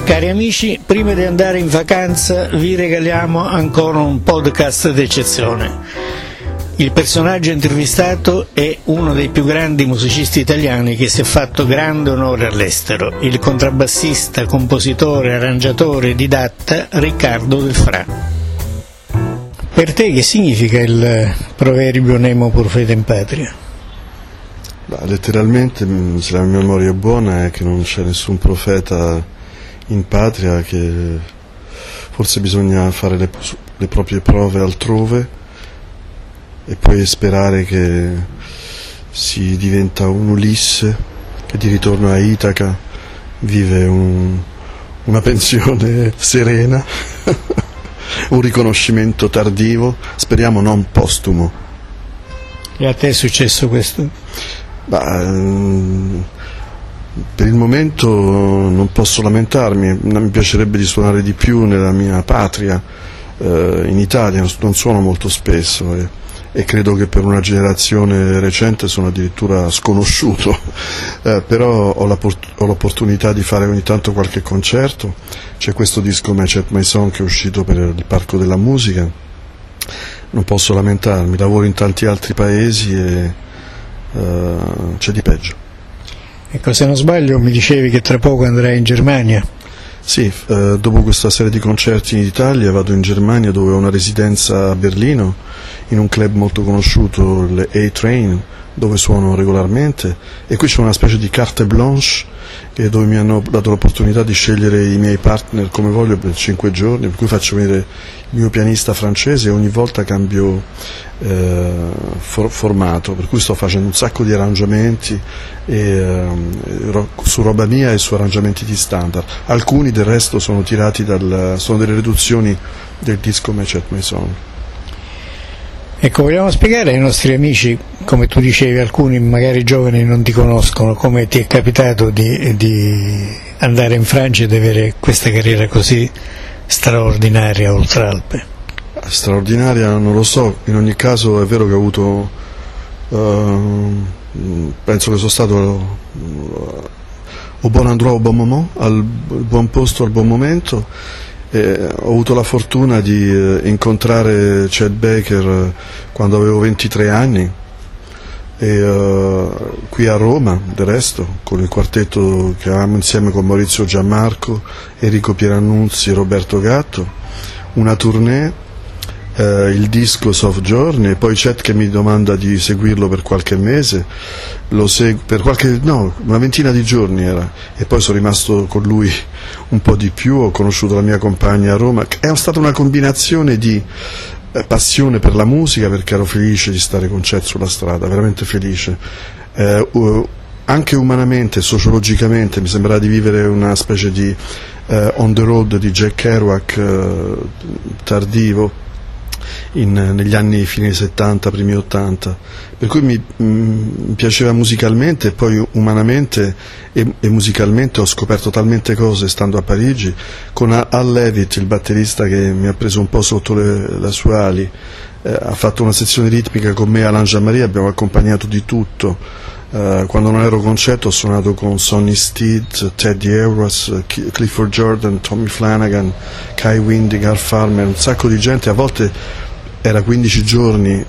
Cari amici, prima di andare in vacanza vi regaliamo ancora un podcast d'eccezione. Il personaggio intervistato è uno dei più grandi musicisti italiani che si è fatto grande onore all'estero, il contrabbassista, compositore, arrangiatore, didatta Riccardo Del Fra. Per te che significa il proverbio nemo profeta in patria? Letteralmente, se la mia memoria è buona, è che non c'è nessun profeta in patria, che forse bisogna fare le proprie prove altrove e poi sperare che si diventa un Ulisse che di ritorno a Itaca vive una pensione serena, un riconoscimento tardivo, speriamo non postumo. E a te è successo questo? Per il momento non posso lamentarmi, mi piacerebbe di suonare di più nella mia patria, in Italia non suono molto spesso e credo che per una generazione recente sono addirittura sconosciuto, però ho l'opportunità di fare ogni tanto qualche concerto. C'è questo disco Match My Song che è uscito per il Parco della Musica, non posso lamentarmi, lavoro in tanti altri paesi e c'è di peggio. Ecco, se non sbaglio mi dicevi che tra poco andrai in Germania. Sì, dopo questa serie di concerti in Italia vado in Germania, dove ho una residenza a Berlino in un club molto conosciuto, il A-Train, dove suono regolarmente, e qui c'è una specie di carte blanche dove mi hanno dato l'opportunità di scegliere i miei partner come voglio per 5 giorni, per cui faccio venire il mio pianista francese e ogni volta cambio formato, per cui sto facendo un sacco di arrangiamenti su roba mia e su arrangiamenti di standard. Alcuni del resto sono tirati sono delle riduzioni del disco Match My Song. Ecco, vogliamo spiegare ai nostri amici, come tu dicevi, alcuni magari giovani non ti conoscono, come ti è capitato di andare in Francia e di avere questa carriera così straordinaria oltre Alpe? Straordinaria non lo so, in ogni caso è vero che ho avuto, penso che sono stato au bon endroit au bon moment, al buon posto al buon momento. Ho avuto la fortuna di incontrare Chet Baker quando avevo 23 anni qui a Roma, del resto, con il quartetto che avevamo insieme con Maurizio Giammarco, Enrico Pierannunzi e Roberto Gatto, una tournée, il disco Soft Journey, e poi Chet che mi domanda di seguirlo per qualche mese, lo seguo per una ventina di giorni era, e poi sono rimasto con lui un po' di più, ho conosciuto la mia compagna a Roma, è stata una combinazione di passione per la musica, perché ero felice di stare con Chet sulla strada, veramente felice, anche umanamente, sociologicamente mi sembrava di vivere una specie di on the road di Jack Kerouac tardivo, negli anni fine 70, primi 80, per cui mi piaceva musicalmente, e poi umanamente e musicalmente ho scoperto talmente cose stando a Parigi, con Al Levitt, il batterista che mi ha preso un po' sotto le sue ali, ha fatto una sezione ritmica con me, Alain Jean-Marie, abbiamo accompagnato di tutto. Quando non ero concerto ho suonato con Sonny Steed, Teddy Euros, Clifford Jordan, Tommy Flanagan, Kai Windy, Gar Farmer, un sacco di gente, a volte era 15 giorni,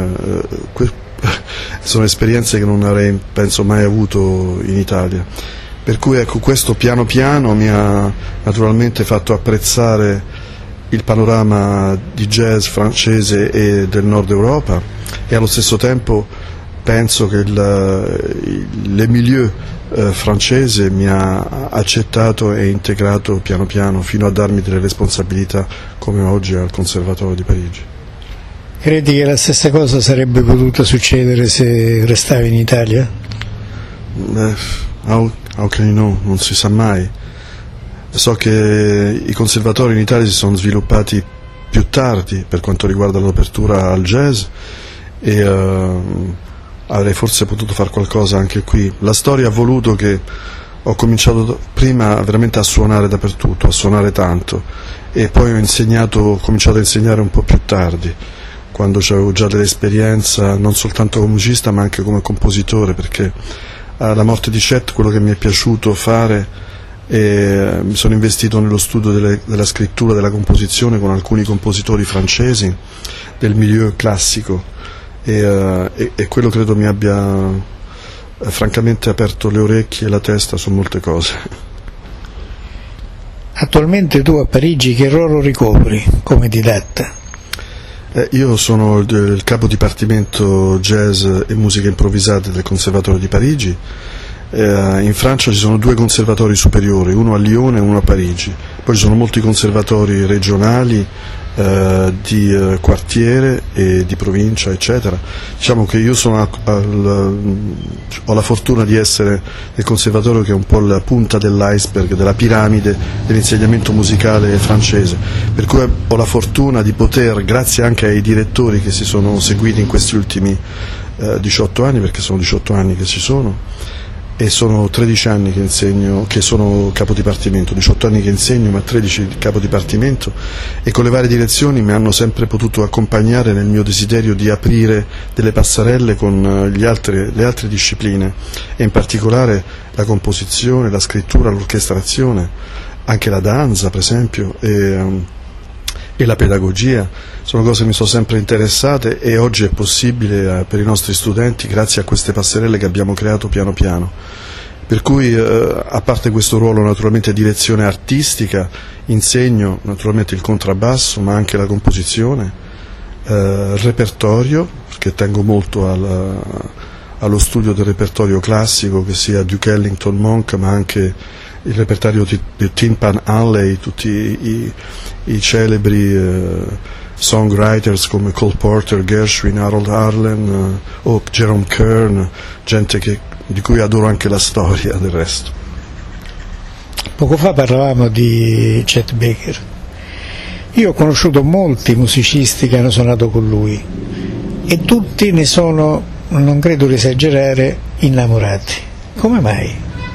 sono esperienze che non avrei penso mai avuto in Italia, per cui ecco, questo piano piano mi ha naturalmente fatto apprezzare il panorama di jazz francese e del nord Europa, e allo stesso tempo penso che le milieu francese mi ha accettato e integrato piano piano fino a darmi delle responsabilità come oggi al Conservatorio di Parigi. Credi che la stessa cosa sarebbe potuta succedere se restavi in Italia? How can you know? Non si sa mai. So che i conservatori in Italia si sono sviluppati più tardi per quanto riguarda l'apertura al jazz, e avrei forse potuto fare qualcosa anche qui. La storia ha voluto che ho cominciato prima veramente a suonare dappertutto, a suonare tanto, e poi ho cominciato a insegnare un po' più tardi, quando avevo già dell'esperienza non soltanto come musicista ma anche come compositore, perché alla morte di Chet quello che mi è piaciuto fare e mi sono investito nello studio della scrittura, della composizione con alcuni compositori francesi del milieu classico e quello credo mi abbia francamente aperto le orecchie e la testa su molte cose. Attualmente tu a Parigi che ruolo ricopri come didatta? Io sono il capo dipartimento jazz e musica improvvisata del Conservatorio di Parigi. In Francia ci sono 2 conservatori superiori, uno a Lione e uno a Parigi, poi ci sono molti conservatori regionali, di quartiere e di provincia, eccetera. Diciamo che io sono ho la fortuna di essere nel conservatorio che è un po' la punta dell'iceberg, della piramide dell'insegnamento musicale francese, per cui ho la fortuna di poter, grazie anche ai direttori che si sono seguiti in questi ultimi 18 anni, perché sono 18 anni che ci sono, e sono 13 anni che insegno, che sono capo dipartimento, 18 anni che insegno ma 13 capo dipartimento, e con le varie direzioni mi hanno sempre potuto accompagnare nel mio desiderio di aprire delle passerelle con le altre discipline, e in particolare la composizione, la scrittura, l'orchestrazione, anche la danza per esempio e la pedagogia. Sono cose che mi sono sempre interessate e oggi è possibile per i nostri studenti grazie a queste passerelle che abbiamo creato piano piano. Per cui a parte questo ruolo naturalmente di direzione artistica, insegno naturalmente il contrabbasso ma anche la composizione, il repertorio, perché tengo molto allo studio del repertorio classico, che sia Duke Ellington, Monk, ma anche il repertorio di Tin Pan Alley, tutti i celebri songwriters come Cole Porter, Gershwin, Harold Arlen o Jerome Kern, gente di cui adoro anche la storia del resto. Poco fa parlavamo di Chet Baker. Io ho conosciuto molti musicisti che hanno suonato con lui e tutti ne sono, non credo di esagerare, innamorati. Come mai?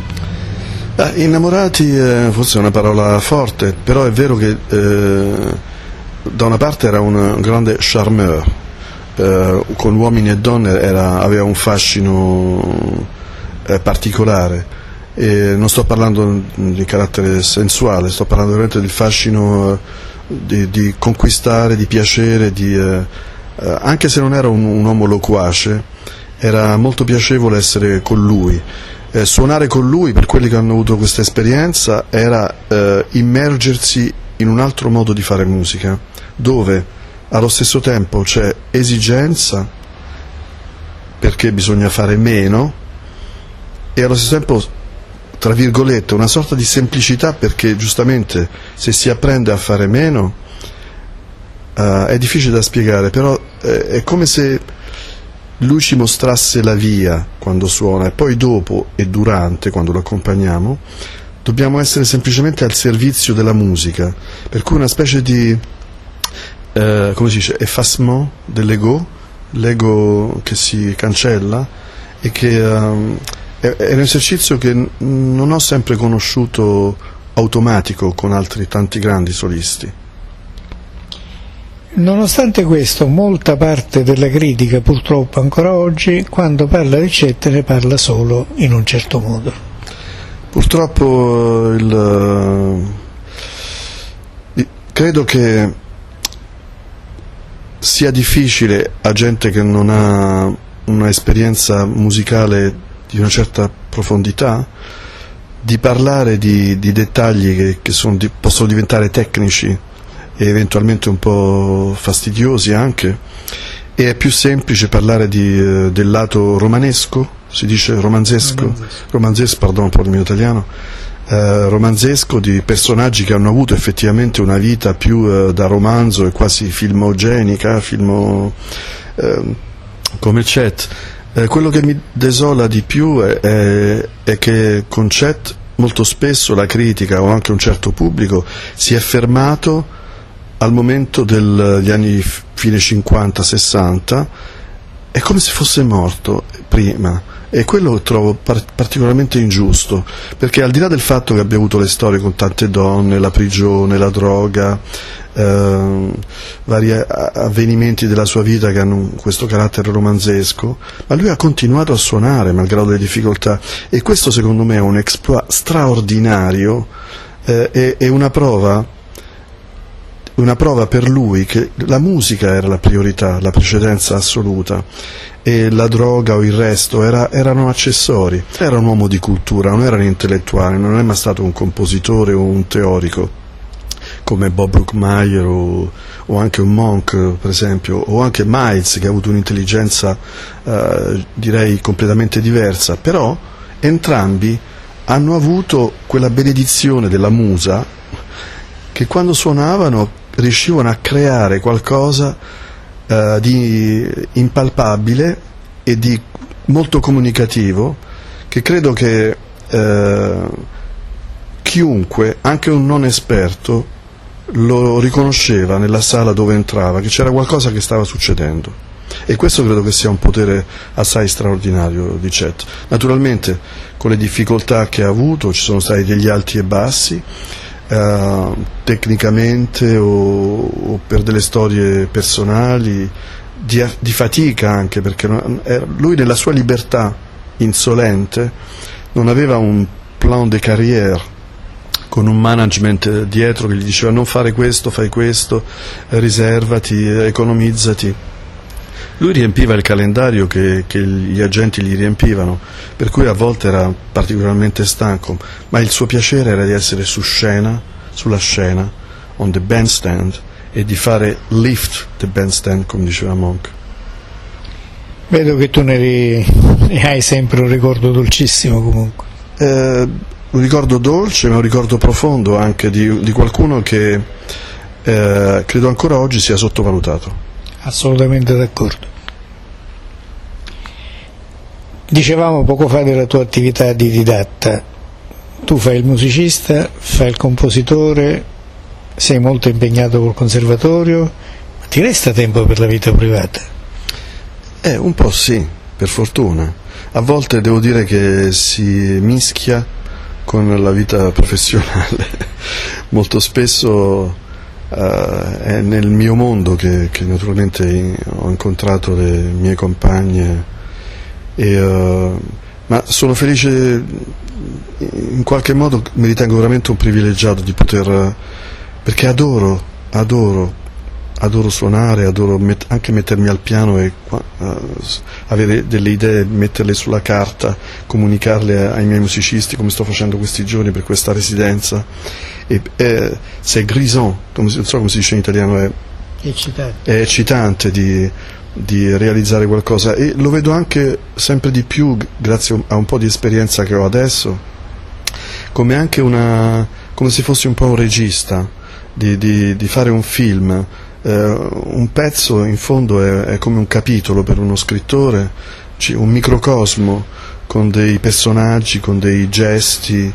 Innamorati forse è una parola forte, però è vero che da una parte era un grande charmeur, con uomini e donne aveva un fascino particolare, e non sto parlando di carattere sensuale, sto parlando veramente del fascino di conquistare, di piacere, anche se non era un uomo loquace, era molto piacevole essere con lui. Suonare con lui, per quelli che hanno avuto questa esperienza, era immergersi in un altro modo di fare musica, dove allo stesso tempo c'è esigenza, perché bisogna fare meno, e allo stesso tempo, tra virgolette, una sorta di semplicità, perché giustamente se si apprende a fare meno è difficile da spiegare, però è come se lui ci mostrasse la via quando suona, e poi dopo e durante, quando lo accompagniamo, dobbiamo essere semplicemente al servizio della musica, per cui una specie di come si dice, effacement l'ego che si cancella, e che è un esercizio che non ho sempre conosciuto automatico con altri tanti grandi solisti. Nonostante questo, molta parte della critica, purtroppo ancora oggi, quando parla di Chet ne parla solo in un certo modo. Purtroppo credo che sia difficile a gente che non ha una esperienza musicale di una certa profondità di parlare di dettagli che possono diventare tecnici e eventualmente un po' fastidiosi anche, e è più semplice parlare del lato romanesco, si dice romanzesco, pardon per il mio italiano, romanzesco, di personaggi che hanno avuto effettivamente una vita più da romanzo e quasi filmogenica, come Chet. Quello che mi desola di più è che con Chet molto spesso la critica o anche un certo pubblico si è fermato al momento degli anni fine 50-60, è come se fosse morto. prima, e quello lo trovo particolarmente ingiusto, perché al di là del fatto che abbia avuto le storie con tante donne, la prigione, la droga, vari avvenimenti della sua vita che hanno questo carattere romanzesco, ma lui ha continuato a suonare malgrado le difficoltà, e questo secondo me è un exploit straordinario, è una prova per lui che la musica era la priorità, la precedenza assoluta, e la droga o il resto erano accessori. Era un uomo di cultura, non era un intellettuale, non è mai stato un compositore o un teorico come Bob Brookmeyer o anche un Monk, per esempio, o anche Miles, che ha avuto un'intelligenza direi completamente diversa, però entrambi hanno avuto quella benedizione della musa, che quando suonavano riuscivano a creare qualcosa di impalpabile e di molto comunicativo, che credo che chiunque, anche un non esperto, lo riconosceva nella sala dove entrava, che c'era qualcosa che stava succedendo, e questo credo che sia un potere assai straordinario di Chet. Naturalmente con le difficoltà che ha avuto ci sono stati degli alti e bassi, tecnicamente o per delle storie personali, di fatica anche, perché lui nella sua libertà insolente non aveva un plan de carrière con un management dietro che gli diceva non fare questo, fai questo, riservati, economizzati. Lui riempiva il calendario che gli agenti gli riempivano, per cui a volte era particolarmente stanco, ma il suo piacere era di essere sulla scena, on the bandstand, e di fare lift the bandstand, come diceva Monk. Vedo che tu ne hai sempre un ricordo dolcissimo comunque. Un ricordo dolce, ma un ricordo profondo anche di qualcuno che credo ancora oggi sia sottovalutato. Assolutamente d'accordo. Dicevamo poco fa della tua attività di didatta. Tu fai il musicista, fai il compositore, sei molto impegnato col conservatorio, ma ti resta tempo per la vita privata? Un po' sì, per fortuna. A volte devo dire che si mischia con la vita professionale. Molto spesso è nel mio mondo che naturalmente ho incontrato le mie compagne, ma sono felice, in qualche modo mi ritengo veramente un privilegiato di poter, perché adoro suonare, adoro anche mettermi al piano e avere delle idee, metterle sulla carta, comunicarle ai miei musicisti, come sto facendo questi giorni per questa residenza. C'est grisant, non so come si dice in italiano, è eccitante di realizzare qualcosa, e lo vedo anche sempre di più, grazie a un po' di esperienza che ho adesso, come anche come se fossi un po' un regista di fare un film. Un pezzo in fondo è come un capitolo per uno scrittore, un microcosmo con dei personaggi, con dei gesti,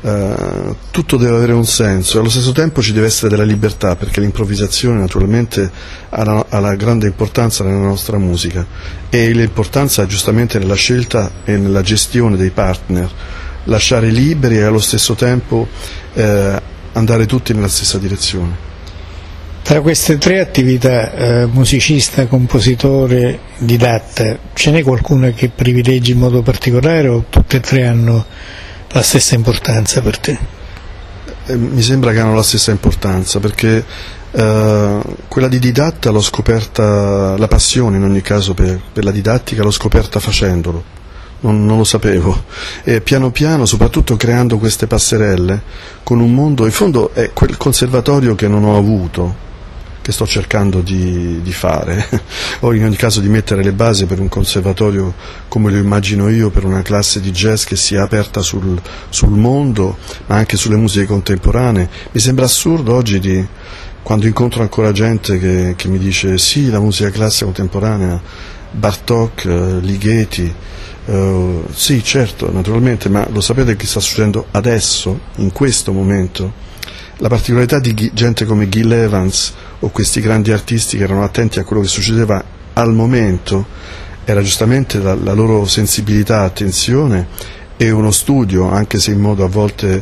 tutto deve avere un senso, e allo stesso tempo ci deve essere della libertà, perché l'improvvisazione naturalmente ha la grande importanza nella nostra musica, e l'importanza giustamente nella scelta e nella gestione dei partner, lasciare liberi e allo stesso tempo andare tutti nella stessa direzione. Tra queste tre attività, musicista, compositore, didatta, ce n'è qualcuna che privilegi in modo particolare, o tutte e tre hanno la stessa importanza per te? Mi sembra che hanno la stessa importanza, perché quella di didatta l'ho scoperta, la passione in ogni caso per la didattica l'ho scoperta facendolo, non lo sapevo, e piano piano, soprattutto creando queste passerelle con un mondo, in fondo è quel conservatorio che non ho avuto, che sto cercando di fare, o in ogni caso di mettere le basi per un conservatorio come lo immagino io, per una classe di jazz che sia aperta sul mondo, ma anche sulle musiche contemporanee. Mi sembra assurdo oggi, quando incontro ancora gente che mi dice sì, la musica classica contemporanea, Bartók, Ligeti, sì, certo, naturalmente, ma lo sapete che sta succedendo adesso, in questo momento? La particolarità di gente come Gil Evans o questi grandi artisti che erano attenti a quello che succedeva al momento era giustamente la loro sensibilità, attenzione e uno studio, anche se in modo a volte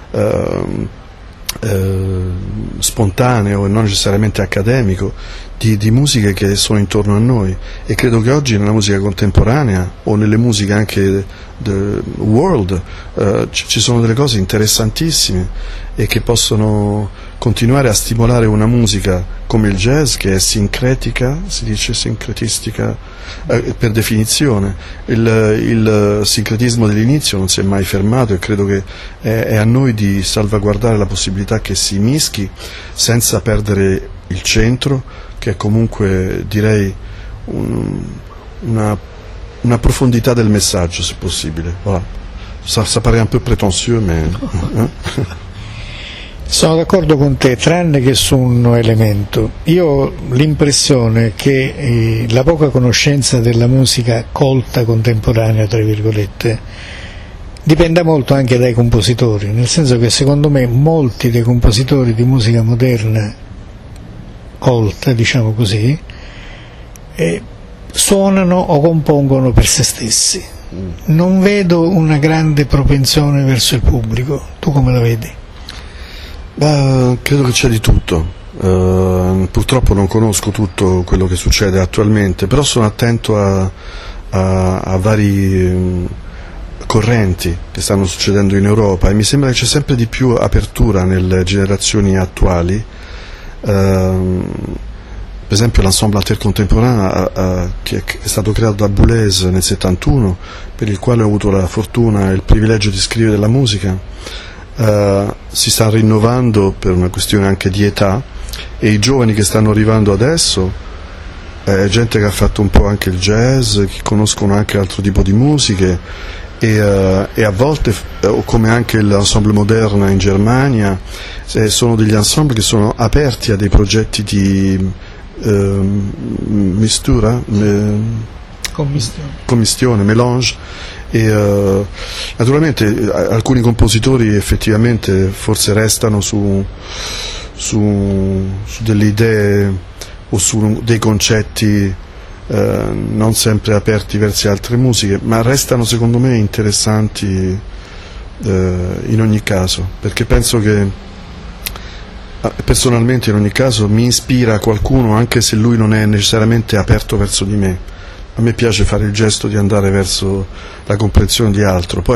spontaneo e non necessariamente accademico, di musiche che sono intorno a noi, e credo che oggi nella musica contemporanea o nelle musiche anche world ci sono delle cose interessantissime e che possono continuare a stimolare una musica come il jazz, che è sincretica, si dice sincretistica per definizione. Il sincretismo dell'inizio non si è mai fermato, e credo che è a noi di salvaguardare la possibilità che si mischi senza perdere il centro, che è comunque, direi, una profondità del messaggio, se possibile. Voilà. Ça paraît un peu prétentieux, mais... Sono d'accordo con te, tranne che su un elemento. Io ho l'impressione che la poca conoscenza della musica colta contemporanea, tra virgolette, dipenda molto anche dai compositori, nel senso che secondo me molti dei compositori di musica moderna colta, diciamo così, suonano o compongono per se stessi. Non vedo una grande propensione verso il pubblico. Tu come la vedi? Credo che c'è di tutto. Purtroppo non conosco tutto quello che succede attualmente, però sono attento a vari correnti che stanno succedendo in Europa, e mi sembra che c'è sempre di più apertura nelle generazioni attuali. Per esempio l'ensemble intercontemporaneo che è stato creato da Boulez nel 71, per il quale ho avuto la fortuna e il privilegio di scrivere la musica, si sta rinnovando per una questione anche di età, e i giovani che stanno arrivando adesso è gente che ha fatto un po' anche il jazz, che conoscono anche altro tipo di musiche, e a volte, come anche l'ensemble moderne in Germania, sono degli ensemble che sono aperti a dei progetti di mistura, commistione, mélange, e naturalmente alcuni compositori effettivamente forse restano su delle idee o su dei concetti non sempre aperti verso altre musiche, ma restano secondo me interessanti in ogni caso, perché penso che personalmente in ogni caso mi ispira qualcuno, anche se lui non è necessariamente aperto verso di me. A me piace fare il gesto di andare verso la comprensione di altro, poi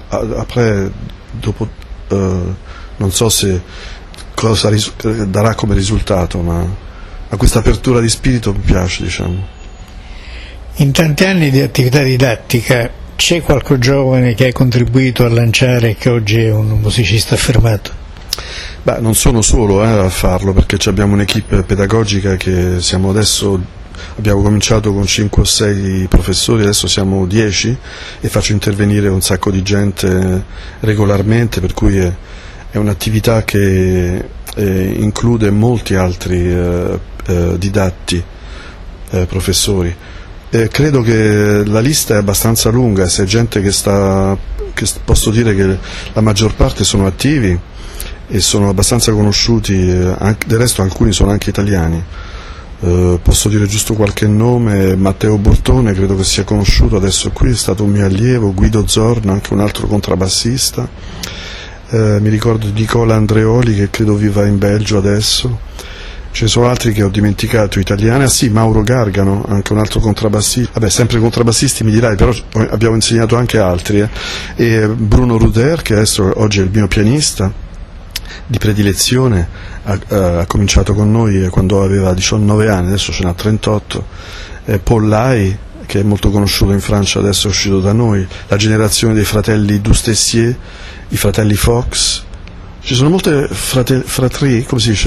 dopo non so se cosa darà come risultato, ma a questa apertura di spirito mi piace, diciamo. In tanti anni di attività didattica c'è qualche giovane che ha contribuito a lanciare e che oggi è un musicista affermato? Non sono solo a farlo, perché abbiamo un'equipe pedagogica che abbiamo cominciato con 5 o 6 professori, adesso siamo 10, e faccio intervenire un sacco di gente regolarmente, per cui è un'attività che include molti altri didatti, professori. Credo che la lista è abbastanza lunga, se è gente che posso dire che la maggior parte sono attivi e sono abbastanza conosciuti, del resto alcuni sono anche italiani. Posso dire giusto qualche nome: Matteo Bortone, credo che sia conosciuto, adesso qui è stato un mio allievo, Guido Zorn, anche un altro contrabbassista, mi ricordo di Nicola Andreoli, che credo viva in Belgio adesso. Ce ne sono altri che ho dimenticato, italiani. Sì, Mauro Gargano, anche un altro contrabbassista. Sempre contrabbassisti mi dirai, però abbiamo insegnato anche altri. E Bruno Ruder, che oggi è il mio pianista di predilezione, ha cominciato con noi quando aveva 19 anni, adesso ce n'ha 38. Paul Lai, che è molto conosciuto in Francia, adesso è uscito da noi. La generazione dei fratelli Dustessier, i fratelli Fox. Ci sono molte fratrie, come si dice,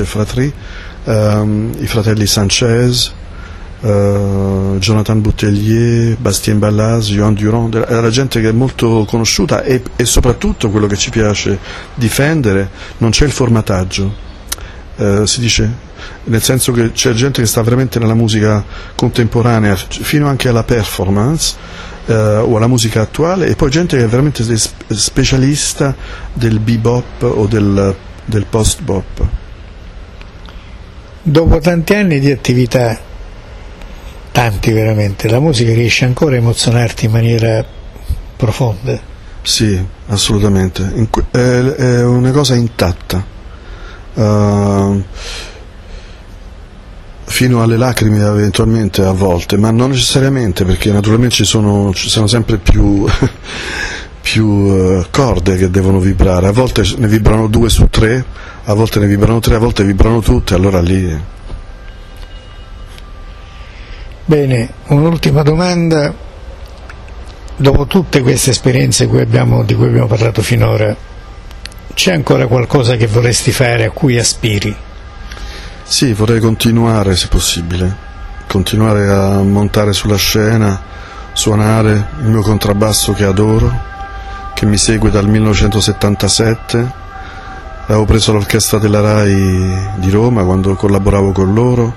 i fratelli Sanchez, Jonathan Boutellier, Bastien Ballas, Johan Durand, la gente che è molto conosciuta, e soprattutto quello che ci piace difendere: non c'è il formataggio, si dice, nel senso che c'è gente che sta veramente nella musica contemporanea fino anche alla performance, o alla musica attuale, e poi gente che è veramente specialista del bebop o del post-bop. Dopo tanti anni di attività, tanti veramente, la musica riesce ancora a emozionarti in maniera profonda? Sì, assolutamente, è una cosa intatta, fino alle lacrime eventualmente a volte, ma non necessariamente, perché naturalmente ci sono sempre più corde che devono vibrare, a volte ne vibrano 2 su 3, a volte ne vibrano 3, a volte vibrano tutte, allora lì... Bene, un'ultima domanda: dopo tutte queste esperienze di cui abbiamo parlato finora, c'è ancora qualcosa che vorresti fare, a cui aspiri? Sì, vorrei continuare, se possibile, continuare a montare sulla scena, suonare il mio contrabbasso che adoro, che mi segue dal 1977, avevo preso l'orchestra della RAI di Roma quando collaboravo con loro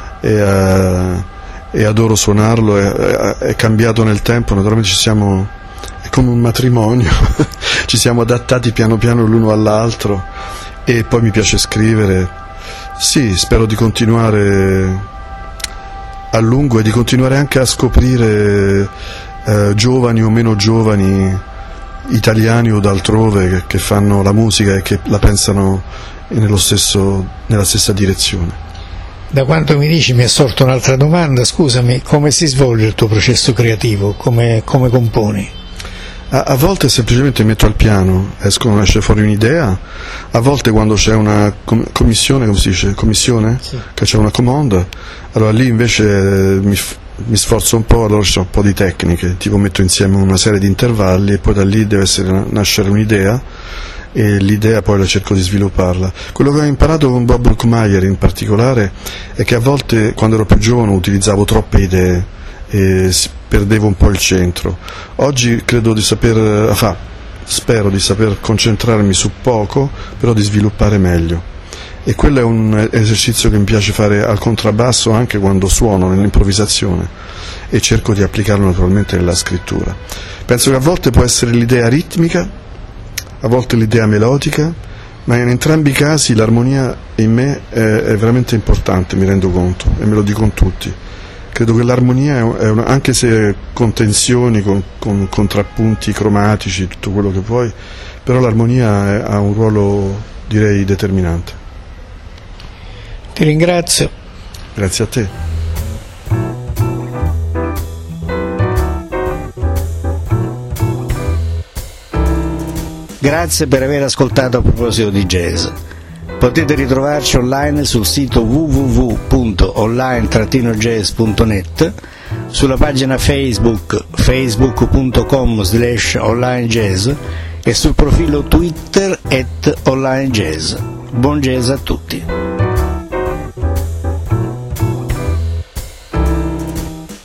e adoro suonarlo, è cambiato nel tempo, naturalmente è come un matrimonio, ci siamo adattati piano piano l'uno all'altro, e poi mi piace scrivere. Sì, spero di continuare a lungo e di continuare anche a scoprire giovani o meno giovani, italiani o d'altrove, che fanno la musica e che la pensano nella stessa direzione. Da quanto mi dici mi è sorta un'altra domanda, scusami, come si svolge il tuo processo creativo, come componi? A volte semplicemente metto al piano, esce fuori un'idea, a volte quando c'è una commissione, come si dice? Commissione? Sì. Che c'è una comonda, allora lì invece mi sforzo un po', allora c'è un po' di tecniche, tipo metto insieme una serie di intervalli e poi da lì deve nascere un'idea, e l'idea poi la cerco di svilupparla. Quello che ho imparato con Bob Brookmeyer in particolare è che a volte, quando ero più giovane, utilizzavo troppe idee e perdevo un po' il centro. Oggi spero di saper concentrarmi su poco, però di sviluppare meglio, e quello è un esercizio che mi piace fare al contrabbasso anche quando suono, nell'improvvisazione, e cerco di applicarlo naturalmente nella scrittura. Penso che a volte può essere l'idea ritmica, a volte l'idea melodica, ma in entrambi i casi l'armonia in me è veramente importante, mi rendo conto, e me lo dicono tutti. Credo che l'armonia anche se con tensioni, con contrappunti cromatici, tutto quello che vuoi, però l'armonia ha un ruolo, direi, determinante. Ti ringrazio. Grazie a te. Grazie per aver ascoltato A Proposito di Jazz. Potete ritrovarci online sul sito www.online-jazz.net, sulla pagina Facebook facebook.com/onlinejazz e sul profilo Twitter @onlinejazz. Buon jazz a tutti.